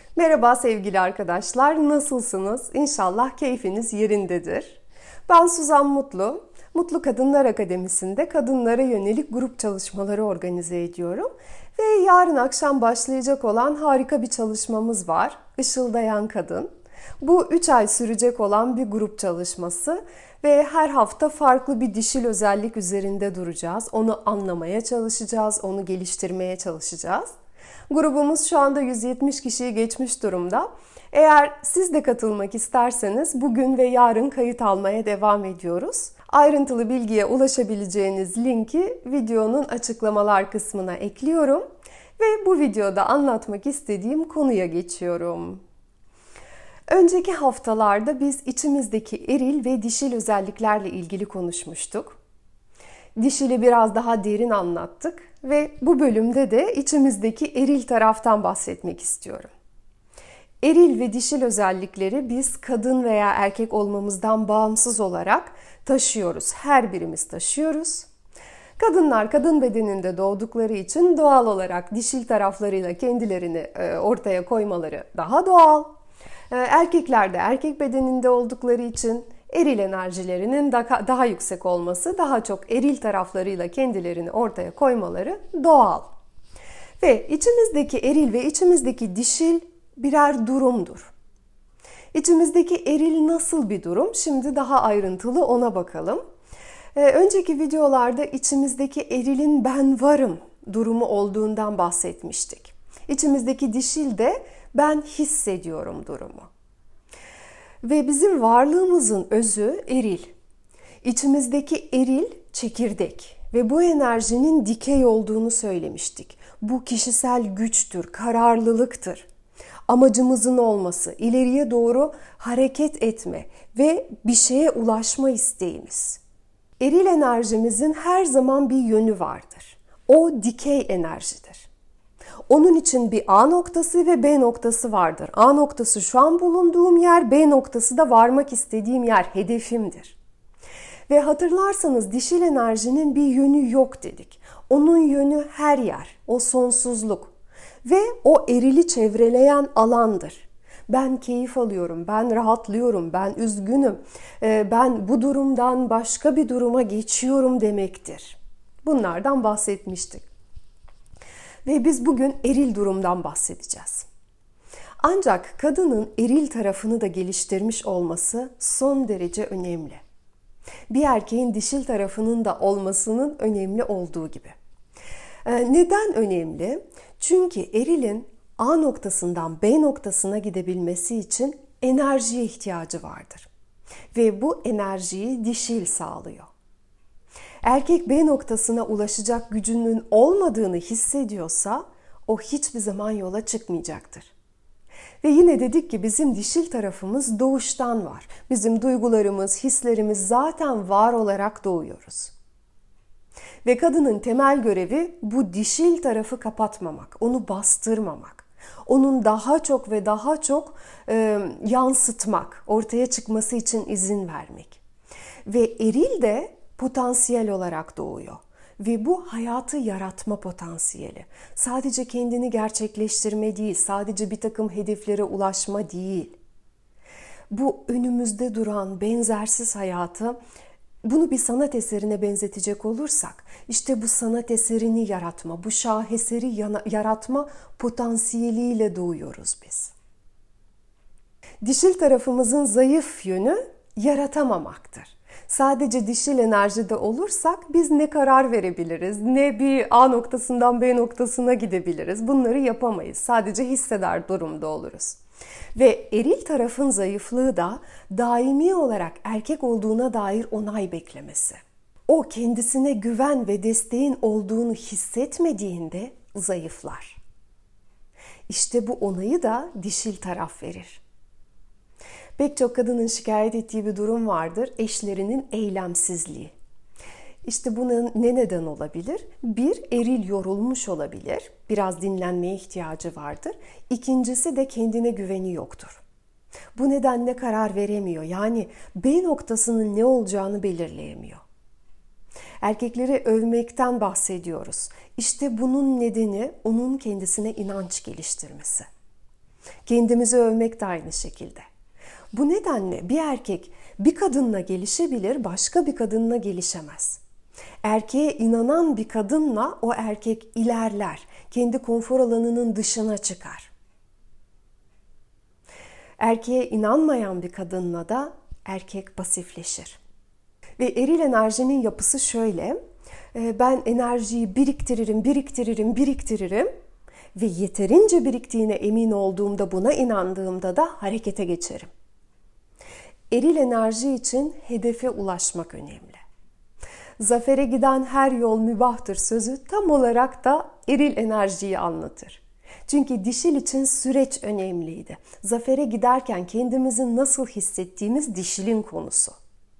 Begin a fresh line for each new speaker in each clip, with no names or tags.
Merhaba sevgili arkadaşlar, nasılsınız? İnşallah keyfiniz yerindedir. Ben Suzan Mutlu, Mutlu Kadınlar Akademisi'nde kadınlara yönelik grup çalışmaları organize ediyorum. Ve yarın akşam başlayacak olan harika bir çalışmamız var, Işıldayan Kadın. Bu 3 ay sürecek olan bir grup çalışması ve her hafta farklı bir dişil özellik üzerinde duracağız. Onu anlamaya çalışacağız, onu geliştirmeye çalışacağız. Grubumuz şu anda 170 kişiyi geçmiş durumda. Eğer siz de katılmak isterseniz bugün ve yarın kayıt almaya devam ediyoruz. Ayrıntılı bilgiye ulaşabileceğiniz linki videonun açıklamalar kısmına ekliyorum ve bu videoda anlatmak istediğim konuya geçiyorum. Önceki haftalarda biz içimizdeki eril ve dişil özelliklerle ilgili konuşmuştuk. Dişili biraz daha derin anlattık ve bu bölümde de içimizdeki eril taraftan bahsetmek istiyorum. Eril ve dişil özellikleri biz kadın veya erkek olmamızdan bağımsız olarak taşıyoruz. Her birimiz taşıyoruz. Kadınlar kadın bedeninde doğdukları için doğal olarak dişil taraflarıyla kendilerini ortaya koymaları daha doğal. Erkekler de erkek bedeninde oldukları için eril enerjilerinin daha yüksek olması, daha çok eril taraflarıyla kendilerini ortaya koymaları doğal. Ve içimizdeki eril ve içimizdeki dişil birer durumdur. İçimizdeki eril nasıl bir durum? Şimdi daha ayrıntılı ona bakalım. Önceki videolarda içimizdeki erilin ben varım durumu olduğundan bahsetmiştik. İçimizdeki dişil de ben hissediyorum durumu. Ve bizim varlığımızın özü eril. İçimizdeki eril çekirdek ve bu enerjinin dikey olduğunu söylemiştik. Bu kişisel güçtür, kararlılıktır. Amacımızın olması, ileriye doğru hareket etme ve bir şeye ulaşma isteğimiz. Eril enerjimizin her zaman bir yönü vardır. O dikey enerjidir. Onun için bir A noktası ve B noktası vardır. A noktası şu an bulunduğum yer, B noktası da varmak istediğim yer, hedefimdir. Ve hatırlarsanız dişil enerjinin bir yönü yok dedik. Onun yönü her yer, o sonsuzluk ve o erili çevreleyen alandır. Ben keyif alıyorum, ben rahatlıyorum, ben üzgünüm, ben bu durumdan başka bir duruma geçiyorum demektir. Bunlardan bahsetmiştik. Ve biz bugün eril durumdan bahsedeceğiz. Ancak kadının eril tarafını da geliştirmiş olması son derece önemli. Bir erkeğin dişil tarafının da olmasının önemli olduğu gibi. Neden önemli? Çünkü erilin A noktasından B noktasına gidebilmesi için enerjiye ihtiyacı vardır. Ve bu enerjiyi dişil sağlıyor. Erkek B noktasına ulaşacak gücünün olmadığını hissediyorsa o hiçbir zaman yola çıkmayacaktır. Ve yine dedik ki bizim dişil tarafımız doğuştan var. Bizim duygularımız, hislerimiz zaten var olarak doğuyoruz. Ve kadının temel görevi bu dişil tarafı kapatmamak, onu bastırmamak. Onun daha çok ve daha çok yansıtmak, ortaya çıkması için izin vermek. Ve eril de potansiyel olarak doğuyor. Ve bu hayatı yaratma potansiyeli. Sadece kendini gerçekleştirme değil, sadece bir takım hedeflere ulaşma değil. Bu önümüzde duran benzersiz hayatı, bunu bir sanat eserine benzetecek olursak, işte bu sanat eserini yaratma, bu şaheseri yaratma potansiyeliyle doğuyoruz biz. Dişil tarafımızın zayıf yönü yaratamamaktır. Sadece dişil enerjide olursak biz ne karar verebiliriz, ne bir A noktasından B noktasına gidebiliriz. Bunları yapamayız. Sadece hisseder durumda oluruz. Ve eril tarafın zayıflığı da daimi olarak erkek olduğuna dair onay beklemesi. O kendisine güven ve desteğin olduğunu hissetmediğinde zayıflar. İşte bu onayı da dişil taraf verir. Pek çok kadının şikayet ettiği bir durum vardır, eşlerinin eylemsizliği. İşte buna ne neden olabilir? Bir, eril yorulmuş olabilir, biraz dinlenmeye ihtiyacı vardır. İkincisi de kendine güveni yoktur. Bu nedenle karar veremiyor, yani B noktasının ne olacağını belirleyemiyor. Erkekleri övmekten bahsediyoruz. İşte bunun nedeni onun kendisine inanç geliştirmesi. Kendimizi övmek de aynı şekilde. Bu nedenle bir erkek bir kadınla gelişebilir, başka bir kadınla gelişemez. Erkeğe inanan bir kadınla o erkek ilerler, kendi konfor alanının dışına çıkar. Erkeğe inanmayan bir kadınla da erkek pasifleşir. Ve eril enerjinin yapısı şöyle: ben enerjiyi biriktiririm ve yeterince biriktiğine emin olduğumda, buna inandığımda da harekete geçerim. Eril enerji için hedefe ulaşmak önemli. Zafere giden her yol mübahtır sözü tam olarak da eril enerjiyi anlatır. Çünkü dişil için süreç önemliydi. Zafere giderken kendimizi nasıl hissettiğimiz dişilin konusu.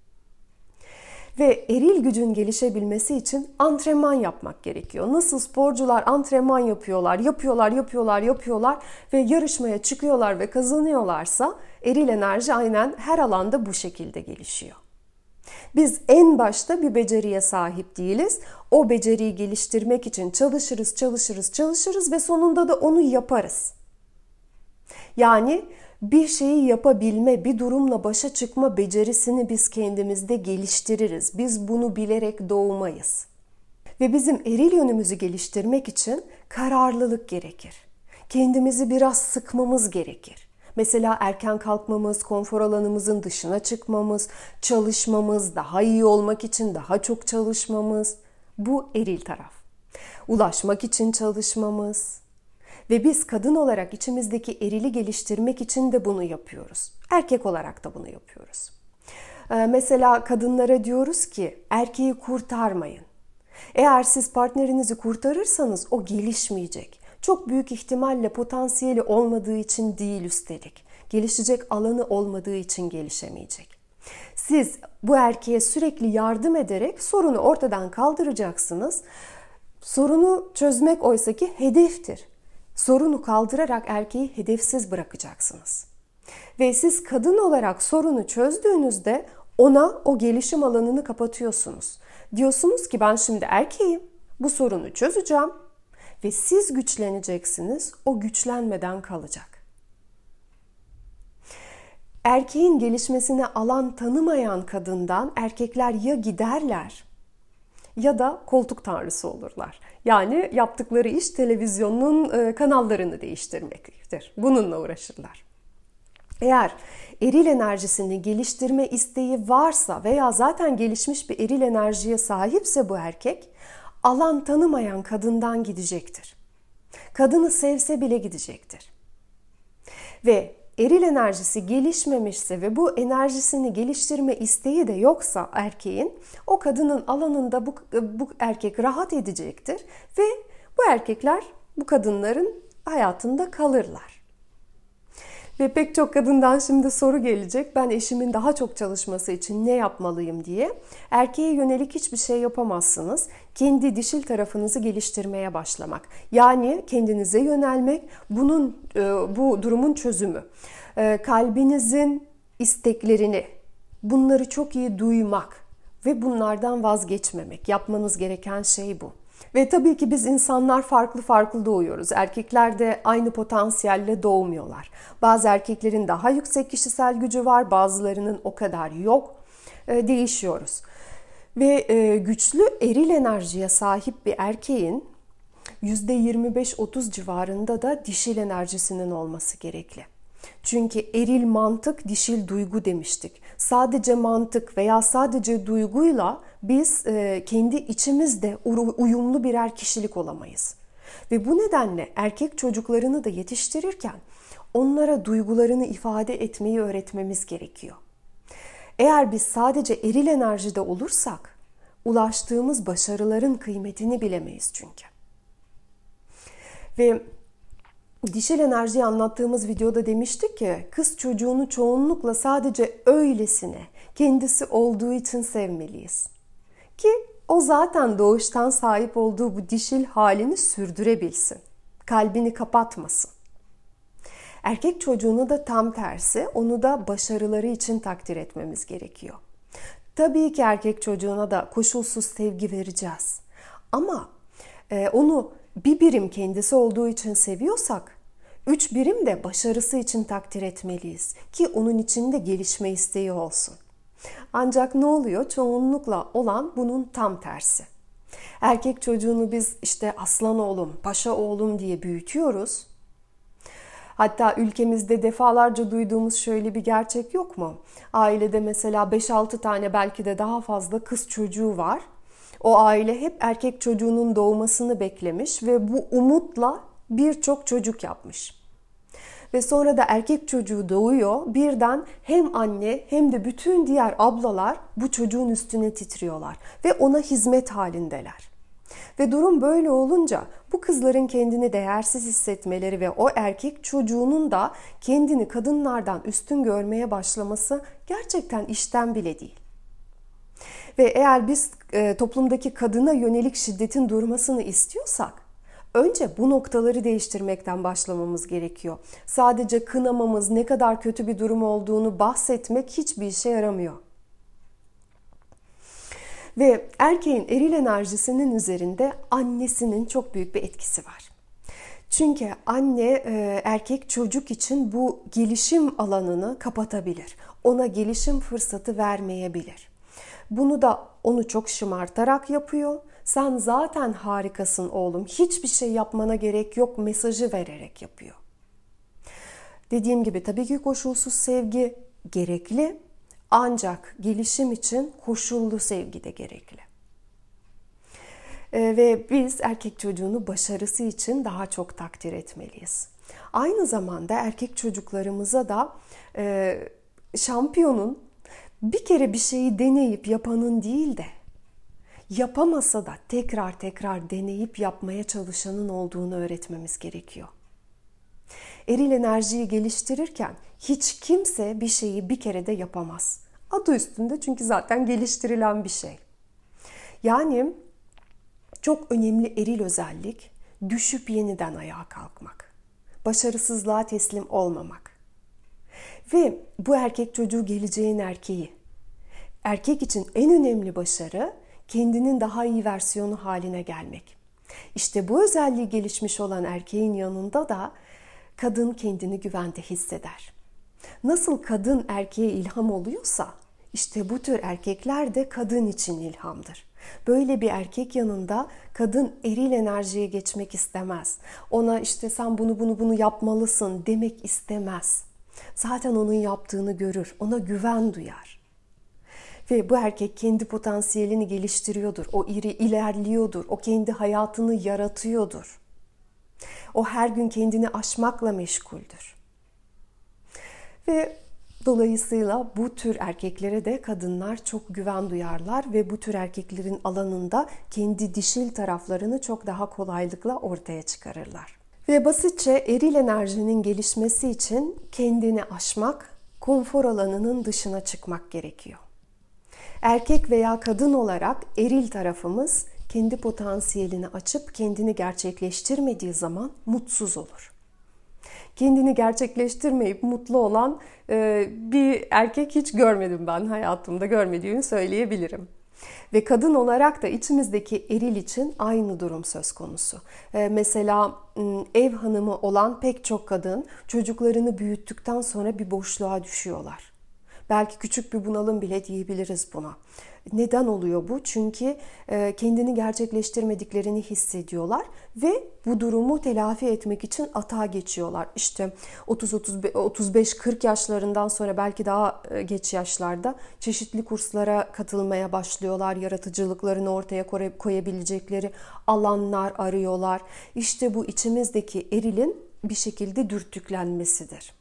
Ve eril gücün gelişebilmesi için antrenman yapmak gerekiyor. Nasıl sporcular antrenman yapıyorlar ve yarışmaya çıkıyorlar ve kazanıyorlarsa eril enerji aynen her alanda bu şekilde gelişiyor. Biz en başta bir beceriye sahip değiliz. O beceriyi geliştirmek için çalışırız ve sonunda da onu yaparız. Yani bir şeyi yapabilme, bir durumla başa çıkma becerisini biz kendimizde geliştiririz. Biz bunu bilerek doğmayız. Ve bizim eril yönümüzü geliştirmek için kararlılık gerekir. Kendimizi biraz sıkmamız gerekir. Mesela erken kalkmamız, konfor alanımızın dışına çıkmamız, çalışmamız, daha iyi olmak için daha çok çalışmamız. Bu eril taraf. Ulaşmak için çalışmamız. Ve biz kadın olarak içimizdeki erili geliştirmek için de bunu yapıyoruz. Erkek olarak da bunu yapıyoruz. Mesela kadınlara diyoruz ki erkeği kurtarmayın. Eğer siz partnerinizi kurtarırsanız o gelişmeyecek. Çok büyük ihtimalle potansiyeli olmadığı için değil üstelik. Gelişecek alanı olmadığı için gelişemeyecek. Siz bu erkeğe sürekli yardım ederek sorunu ortadan kaldıracaksınız. Sorunu çözmek oysaki hedeftir. Sorunu kaldırarak erkeği hedefsiz bırakacaksınız. Ve siz kadın olarak sorunu çözdüğünüzde ona o gelişim alanını kapatıyorsunuz. Diyorsunuz ki ben şimdi erkeğim, bu sorunu çözeceğim ve siz güçleneceksiniz, o güçlenmeden kalacak. Erkeğin gelişmesine alan tanımayan kadından erkekler ya giderler ya da koltuk tanrısı olurlar. Yani yaptıkları iş televizyonun kanallarını değiştirmektir. Bununla uğraşırlar. Eğer eril enerjisini geliştirme isteği varsa veya zaten gelişmiş bir eril enerjiye sahipse bu erkek, alan tanımayan kadından gidecektir. Kadını sevse bile gidecektir. Ve eril enerjisi gelişmemişse ve bu enerjisini geliştirme isteği de yoksa erkeğin, o kadının alanında bu erkek rahat edecektir ve bu erkekler bu kadınların hayatında kalırlar. Ve pek çok kadından şimdi soru gelecek, ben eşimin daha çok çalışması için ne yapmalıyım diye. Erkeğe yönelik hiçbir şey yapamazsınız. Kendi dişil tarafınızı geliştirmeye başlamak. Yani kendinize yönelmek, bu durumun çözümü. Kalbinizin isteklerini, bunları çok iyi duymak ve bunlardan vazgeçmemek. Yapmanız gereken şey bu. Ve tabii ki biz insanlar farklı doğuyoruz. Erkekler de aynı potansiyelle doğmuyorlar. Bazı erkeklerin daha yüksek kişisel gücü var, bazılarının o kadar yok. Değişiyoruz. Ve güçlü eril enerjiye sahip bir erkeğin %25-30 civarında da dişil enerjisinin olması gerekli. Çünkü eril mantık, dişil duygu demiştik. Sadece mantık veya sadece duyguyla biz kendi içimizde uyumlu birer kişilik olamayız. Ve bu nedenle erkek çocuklarını da yetiştirirken onlara duygularını ifade etmeyi öğretmemiz gerekiyor. Eğer biz sadece eril enerjide olursak ulaştığımız başarıların kıymetini bilemeyiz çünkü. Ve dişil enerjiyi anlattığımız videoda demiştik ki kız çocuğunu çoğunlukla sadece öylesine, kendisi olduğu için sevmeliyiz. Ki o zaten doğuştan sahip olduğu bu dişil halini sürdürebilsin. Kalbini kapatmasın. Erkek çocuğunu da tam tersi, onu da başarıları için takdir etmemiz gerekiyor. Tabii ki erkek çocuğuna da koşulsuz sevgi vereceğiz. Ama onu bir birim kendisi olduğu için seviyorsak, 3 birim de başarısı için takdir etmeliyiz ki onun içinde gelişme isteği olsun. Ancak ne oluyor? Çoğunlukla olan bunun tam tersi. Erkek çocuğunu biz işte aslan oğlum, paşa oğlum diye büyütüyoruz. Hatta ülkemizde defalarca duyduğumuz şöyle bir gerçek yok mu? Ailede mesela 5-6 tane belki de daha fazla kız çocuğu var. O aile hep erkek çocuğunun doğmasını beklemiş ve bu umutla birçok çocuk yapmış. Ve sonra da erkek çocuğu doğuyor. Birden hem anne hem de bütün diğer ablalar bu çocuğun üstüne titriyorlar ve ona hizmet halindeler. Ve durum böyle olunca bu kızların kendini değersiz hissetmeleri ve o erkek çocuğunun da kendini kadınlardan üstün görmeye başlaması gerçekten işten bile değil. Ve eğer biz toplumdaki kadına yönelik şiddetin durmasını istiyorsak, önce bu noktaları değiştirmekten başlamamız gerekiyor. Sadece kınamamız, ne kadar kötü bir durum olduğunu bahsetmek hiçbir işe yaramıyor. Ve erkeğin eril enerjisinin üzerinde annesinin çok büyük bir etkisi var. Çünkü anne erkek çocuk için bu gelişim alanını kapatabilir. Ona gelişim fırsatı vermeyebilir. Bunu da onu çok şımartarak yapıyor. Sen zaten harikasın oğlum, hiçbir şey yapmana gerek yok mesajı vererek yapıyor. Dediğim gibi tabii ki koşulsuz sevgi gerekli. Ancak gelişim için koşullu sevgi de gerekli. Ve biz erkek çocuğunu başarısı için daha çok takdir etmeliyiz. Aynı zamanda erkek çocuklarımıza da şampiyonun bir kere bir şeyi deneyip yapanın değil de yapamasa da tekrar tekrar deneyip yapmaya çalışanın olduğunu öğretmemiz gerekiyor. Eril enerjiyi geliştirirken hiç kimse bir şeyi bir kerede yapamaz. Adı üstünde çünkü zaten geliştirilen bir şey. Yani çok önemli eril özellik düşüp yeniden ayağa kalkmak. Başarısızlığa teslim olmamak. Ve bu erkek çocuğu geleceğin erkeği. Erkek için en önemli başarı kendinin daha iyi versiyonu haline gelmek. İşte bu özelliği gelişmiş olan erkeğin yanında da kadın kendini güvende hisseder. Nasıl kadın erkeğe ilham oluyorsa, işte bu tür erkekler de kadın için ilhamdır. Böyle bir erkek yanında kadın eril enerjiye geçmek istemez. Ona işte sen bunu yapmalısın demek istemez. Zaten onun yaptığını görür, ona güven duyar. Ve bu erkek kendi potansiyelini geliştiriyordur, o ilerliyordur, o kendi hayatını yaratıyordur. O her gün kendini aşmakla meşguldür. Ve dolayısıyla bu tür erkeklere de kadınlar çok güven duyarlar ve bu tür erkeklerin alanında kendi dişil taraflarını çok daha kolaylıkla ortaya çıkarırlar. Ve basitçe eril enerjinin gelişmesi için kendini aşmak, konfor alanının dışına çıkmak gerekiyor. Erkek veya kadın olarak eril tarafımız kendi potansiyelini açıp kendini gerçekleştirmediği zaman mutsuz olur. Kendini gerçekleştirmeyip mutlu olan bir erkek hiç görmedim ben hayatımda, görmediğimi söyleyebilirim. Ve kadın olarak da içimizdeki eril için aynı durum söz konusu. Mesela ev hanımı olan pek çok kadın çocuklarını büyüttükten sonra bir boşluğa düşüyorlar. Belki küçük bir bunalım bile diyebiliriz buna. Neden oluyor bu? Çünkü kendini gerçekleştirmediklerini hissediyorlar ve bu durumu telafi etmek için atağa geçiyorlar. İşte 30-35-40 yaşlarından sonra belki daha geç yaşlarda çeşitli kurslara katılmaya başlıyorlar. Yaratıcılıklarını ortaya koyabilecekleri alanlar arıyorlar. İşte bu içimizdeki erilin bir şekilde dürtüklenmesidir.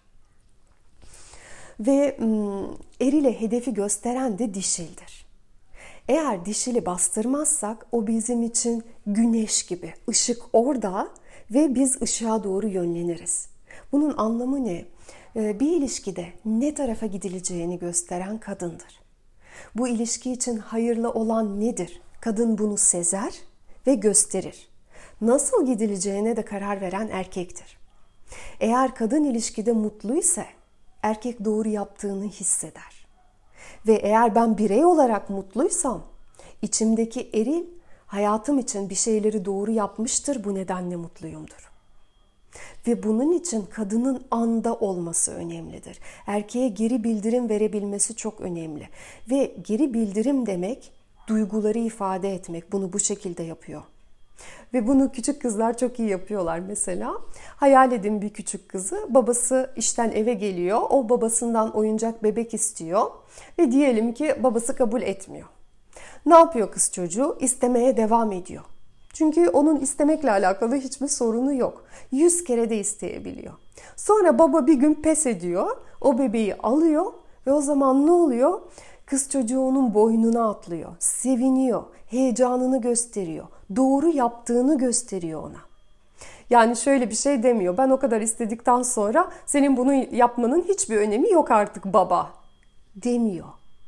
Ve erile hedefi gösteren de dişildir. Eğer dişili bastırmazsak o bizim için güneş gibi. Işık orada ve biz ışığa doğru yönleniriz. Bunun anlamı ne? Bir ilişkide ne tarafa gidileceğini gösteren kadındır. Bu ilişki için hayırlı olan nedir? Kadın bunu sezer ve gösterir. Nasıl gidileceğine de karar veren erkektir. Eğer kadın ilişkide mutluysa erkek doğru yaptığını hisseder. Ve eğer ben birey olarak mutluysam, içimdeki eril hayatım için bir şeyleri doğru yapmıştır, bu nedenle mutluyumdur. Ve bunun için kadının anda olması önemlidir. Erkeğe geri bildirim verebilmesi çok önemli. Ve geri bildirim demek duyguları ifade etmek. Bunu bu şekilde yapıyor. Ve bunu küçük kızlar çok iyi yapıyorlar mesela. Hayal edin bir küçük kızı. Babası işten eve geliyor. O babasından oyuncak bebek istiyor. Ve diyelim ki babası kabul etmiyor. Ne yapıyor kız çocuğu? İstemeye devam ediyor. Çünkü onun istemekle alakalı hiçbir sorunu yok. 100 kere de isteyebiliyor. Sonra baba bir gün pes ediyor. O bebeği alıyor ve o zaman ne oluyor? Kız çocuğu onun boynuna atlıyor. Seviniyor. Heyecanını gösteriyor. Doğru yaptığını gösteriyor ona. Yani şöyle bir şey demiyor. Ben o kadar istedikten sonra senin bunu yapmanın hiçbir önemi yok artık baba demiyor.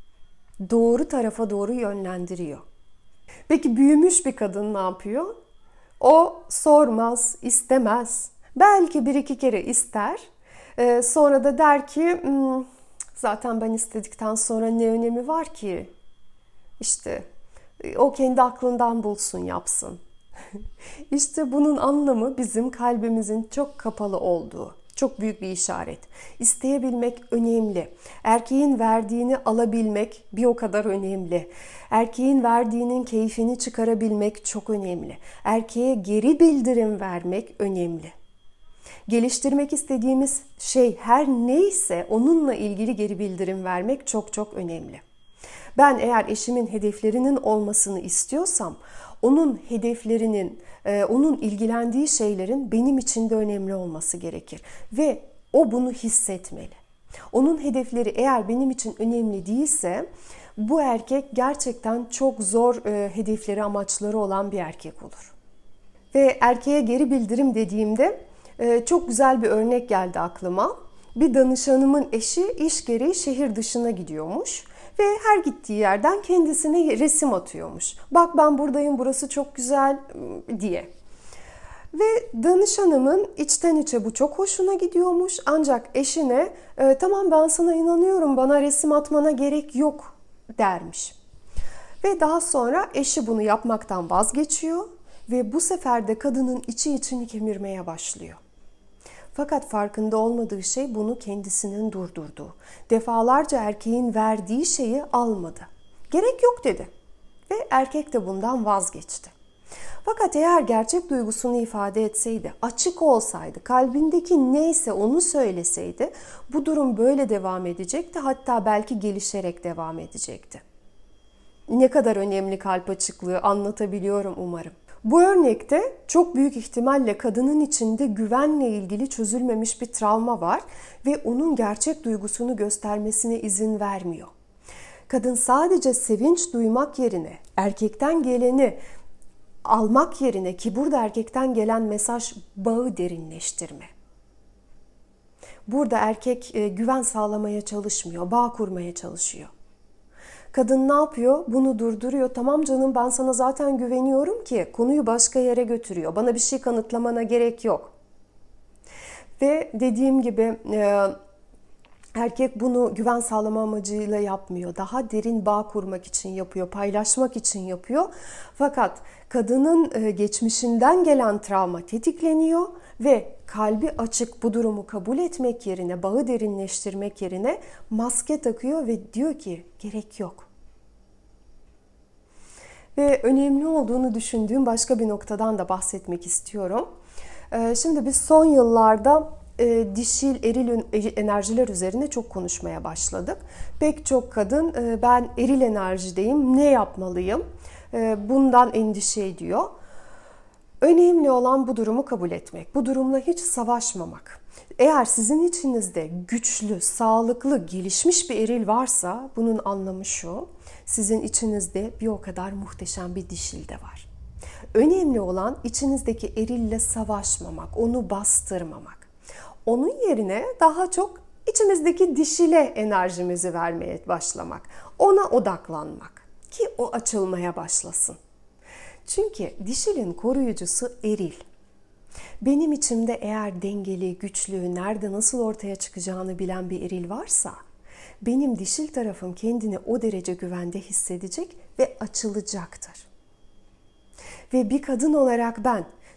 Doğru tarafa doğru yönlendiriyor. Peki büyümüş bir kadın ne yapıyor? O sormaz, istemez. Belki bir iki kere ister. Sonra da der ki zaten ben istedikten sonra ne önemi var ki? İşte o kendi aklından bulsun, yapsın. İşte bunun anlamı bizim kalbimizin çok kapalı olduğu. Çok büyük bir işaret. İsteyebilmek önemli. Erkeğin verdiğini alabilmek bir o kadar önemli. Erkeğin verdiğinin keyfini çıkarabilmek çok önemli. Erkeğe geri bildirim vermek önemli. Geliştirmek istediğimiz şey her neyse onunla ilgili geri bildirim vermek çok çok önemli. Ben eğer eşimin hedeflerinin olmasını istiyorsam, onun hedeflerinin, onun ilgilendiği şeylerin benim için de önemli olması gerekir. Ve o bunu hissetmeli. Onun hedefleri eğer benim için önemli değilse, bu erkek gerçekten çok zor hedefleri, amaçları olan bir erkek olur. Ve erkeğe geri bildirim dediğimde çok güzel bir örnek geldi aklıma. Bir danışanımın eşi iş gereği şehir dışına gidiyormuş. Ve her gittiği yerden kendisine resim atıyormuş. Bak ben buradayım, burası çok güzel diye. Ve danışanımın içten içe bu çok hoşuna gidiyormuş. Ancak eşine tamam ben sana inanıyorum, bana resim atmana gerek yok dermiş. Ve daha sonra eşi bunu yapmaktan vazgeçiyor. Ve bu sefer de kadının içini kemirmeye başlıyor. Fakat farkında olmadığı şey bunu kendisinin durdurduğu. Defalarca erkeğin verdiği şeyi almadı. Gerek yok dedi. Ve erkek de bundan vazgeçti. Fakat eğer gerçek duygusunu ifade etseydi, açık olsaydı, kalbindeki neyse onu söyleseydi, bu durum böyle devam edecekti. Hatta belki gelişerek devam edecekti. Ne kadar önemli kalp açıklığı, anlatabiliyorum umarım. Bu örnekte çok büyük ihtimalle kadının içinde güvenle ilgili çözülmemiş bir travma var ve onun gerçek duygusunu göstermesine izin vermiyor. Kadın sadece sevinç duymak yerine, erkekten geleni almak yerine, ki burada erkekten gelen mesaj bağı derinleştirme. Burada erkek güven sağlamaya çalışmıyor, bağ kurmaya çalışıyor. Kadın ne yapıyor? Bunu durduruyor. Tamam canım, ben sana zaten güveniyorum ki, konuyu başka yere götürüyor. Bana bir şey kanıtlamana gerek yok. Ve dediğim gibi erkek bunu güven sağlama amacıyla yapmıyor. Daha derin bağ kurmak için yapıyor, paylaşmak için yapıyor. Fakat kadının geçmişinden gelen travma tetikleniyor ve kalbi açık bu durumu kabul etmek yerine, bağı derinleştirmek yerine maske takıyor ve diyor ki gerek yok. Ve önemli olduğunu düşündüğüm başka bir noktadan da bahsetmek istiyorum. Şimdi biz son yıllarda dişil, eril enerjiler üzerine çok konuşmaya başladık. Pek çok kadın ben eril enerjideyim, ne yapmalıyım? Bundan endişe ediyor. Önemli olan bu durumu kabul etmek, bu durumla hiç savaşmamak. Eğer sizin içinizde güçlü, sağlıklı, gelişmiş bir eril varsa bunun anlamı şu: sizin içinizde bir o kadar muhteşem bir dişil de var. Önemli olan içinizdeki erille savaşmamak, onu bastırmamak. Onun yerine daha çok içimizdeki dişile enerjimizi vermeye başlamak. Ona odaklanmak ki o açılmaya başlasın. Çünkü dişilin koruyucusu eril. Benim içimde eğer dengeli, güçlü, nerede nasıl ortaya çıkacağını bilen bir eril varsa, benim dişil tarafım kendini o derece güvende hissedecek ve açılacaktır. Ve bir kadın olarak ben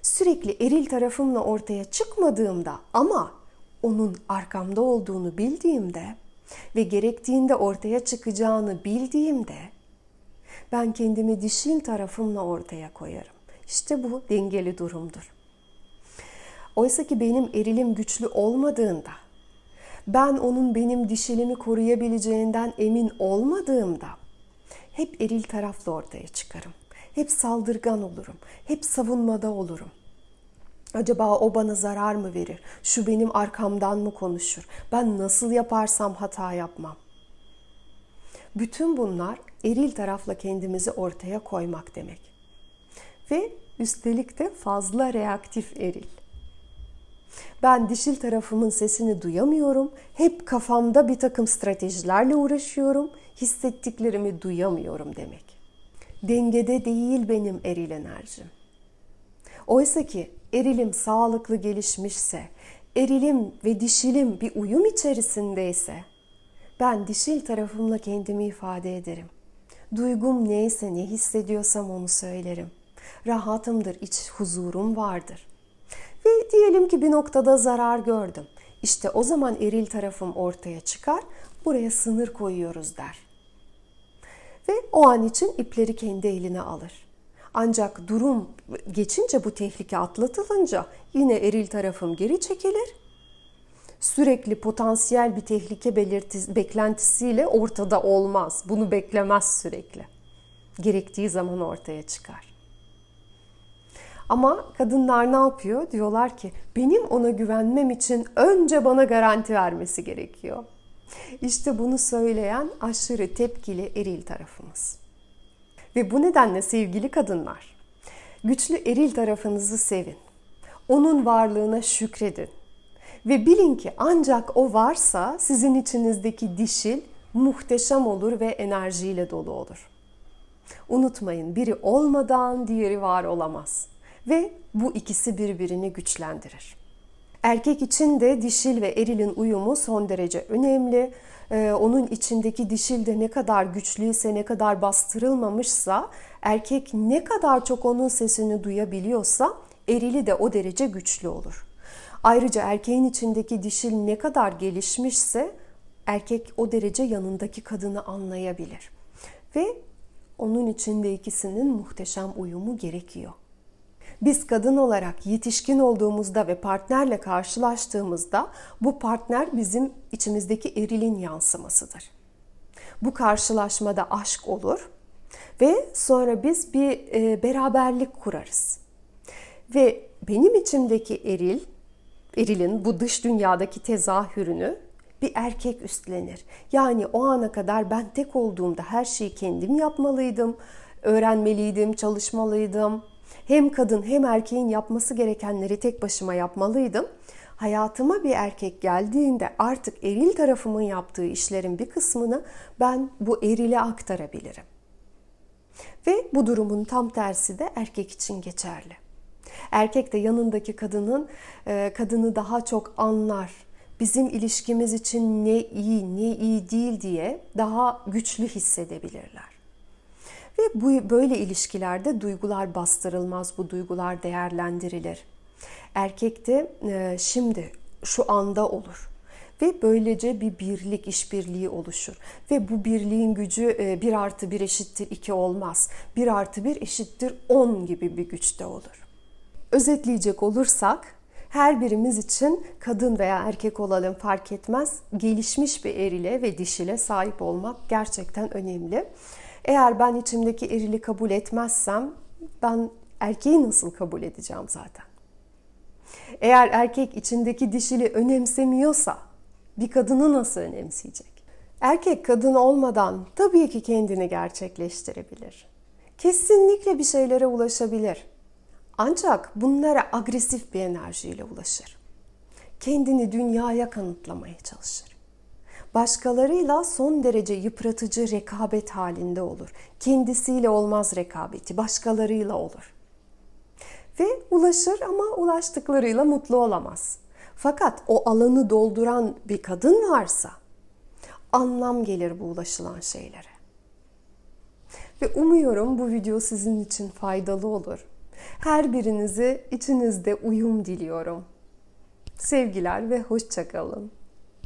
Sürekli eril tarafımla ortaya çıkmadığımda ama onun arkamda olduğunu bildiğimde ve gerektiğinde ortaya çıkacağını bildiğimde ben kendimi dişil tarafımla ortaya koyarım. İşte bu dengeli durumdur. Oysa ki benim erilim güçlü olmadığında, ben onun benim dişilimi koruyabileceğinden emin olmadığımda hep eril tarafla ortaya çıkarım. Hep saldırgan olurum. Hep savunmada olurum. Acaba o bana zarar mı verir? Şu benim arkamdan mı konuşur? Ben nasıl yaparsam hata yapmam. Bütün bunlar eril tarafla kendimizi ortaya koymak demek. Ve üstelik de fazla reaktif eril. Ben dişil tarafımın sesini duyamıyorum. Hep kafamda bir takım stratejilerle uğraşıyorum. Hissettiklerimi duyamıyorum demek. Dengede değil benim eril enerjim. Oysa ki erilim sağlıklı gelişmişse, erilim ve dişilim bir uyum içerisindeyse, ben dişil tarafımla kendimi ifade ederim. Duygum neyse, ne hissediyorsam onu söylerim. Rahatımdır, iç huzurum vardır. Ve diyelim ki bir noktada zarar gördüm. İşte o zaman eril tarafım ortaya çıkar, buraya sınır koyuyoruz der. Ve o an için ipleri kendi eline alır. Ancak durum geçince, bu tehlike atlatılınca yine eril tarafım geri çekilir. Sürekli potansiyel bir tehlike beklentisiyle ortada olmaz. Bunu beklemez sürekli. Gerektiği zaman ortaya çıkar. Ama kadınlar ne yapıyor? Diyorlar ki benim ona güvenmem için önce bana garanti vermesi gerekiyor. İşte bunu söyleyen aşırı tepkili eril tarafımız. Ve bu nedenle sevgili kadınlar, güçlü eril tarafınızı sevin. Onun varlığına şükredin. Ve bilin ki ancak o varsa sizin içinizdeki dişil muhteşem olur ve enerjiyle dolu olur. Unutmayın, biri olmadan diğeri var olamaz. Ve bu ikisi birbirini güçlendirir. Erkek için de dişil ve erilin uyumu son derece önemli. Onun içindeki dişil de ne kadar güçlüyse, ne kadar bastırılmamışsa, erkek ne kadar çok onun sesini duyabiliyorsa, erili de o derece güçlü olur. Ayrıca erkeğin içindeki dişil ne kadar gelişmişse, erkek o derece yanındaki kadını anlayabilir. Ve onun içinde ikisinin muhteşem uyumu gerekiyor. Biz kadın olarak yetişkin olduğumuzda ve partnerle karşılaştığımızda bu partner bizim içimizdeki erilin yansımasıdır. Bu karşılaşmada aşk olur ve sonra biz bir beraberlik kurarız. Ve benim içimdeki erilin bu dış dünyadaki tezahürünü bir erkek üstlenir. Yani o ana kadar ben tek olduğumda her şeyi kendim yapmalıydım, öğrenmeliydim, çalışmalıydım. Hem kadın hem erkeğin yapması gerekenleri tek başıma yapmalıydım. Hayatıma bir erkek geldiğinde artık eril tarafımın yaptığı işlerin bir kısmını ben bu erile aktarabilirim. Ve bu durumun tam tersi de erkek için geçerli. Erkek de yanındaki kadını daha çok anlar. Bizim ilişkimiz için ne iyi, ne iyi değil diye daha güçlü hissedebilirler. Ve böyle ilişkilerde duygular bastırılmaz, bu duygular değerlendirilir. Erkek de şimdi, şu anda olur. Ve böylece bir birlik, işbirliği oluşur. Ve bu birliğin gücü 1+1 eşittir 2 olmaz. 1+1 eşittir 10 gibi bir güçte olur. Özetleyecek olursak, her birimiz için kadın veya erkek olalım fark etmez, gelişmiş bir erile ve dişile sahip olmak gerçekten önemli. Eğer ben içimdeki erili kabul etmezsem ben erkeği nasıl kabul edeceğim zaten? Eğer erkek içindeki dişili önemsemiyorsa bir kadını nasıl önemseyecek? Erkek kadın olmadan tabii ki kendini gerçekleştirebilir. Kesinlikle bir şeylere ulaşabilir. Ancak bunlara agresif bir enerjiyle ulaşır. Kendini dünyaya kanıtlamaya çalışır. Başkalarıyla son derece yıpratıcı rekabet halinde olur. Kendisiyle olmaz rekabeti, başkalarıyla olur. Ve ulaşır ama ulaştıklarıyla mutlu olamaz. Fakat o alanı dolduran bir kadın varsa anlam gelir bu ulaşılan şeylere. Ve umuyorum bu video sizin için faydalı olur. Her birinize içinizde uyum diliyorum. Sevgiler ve hoşça kalın.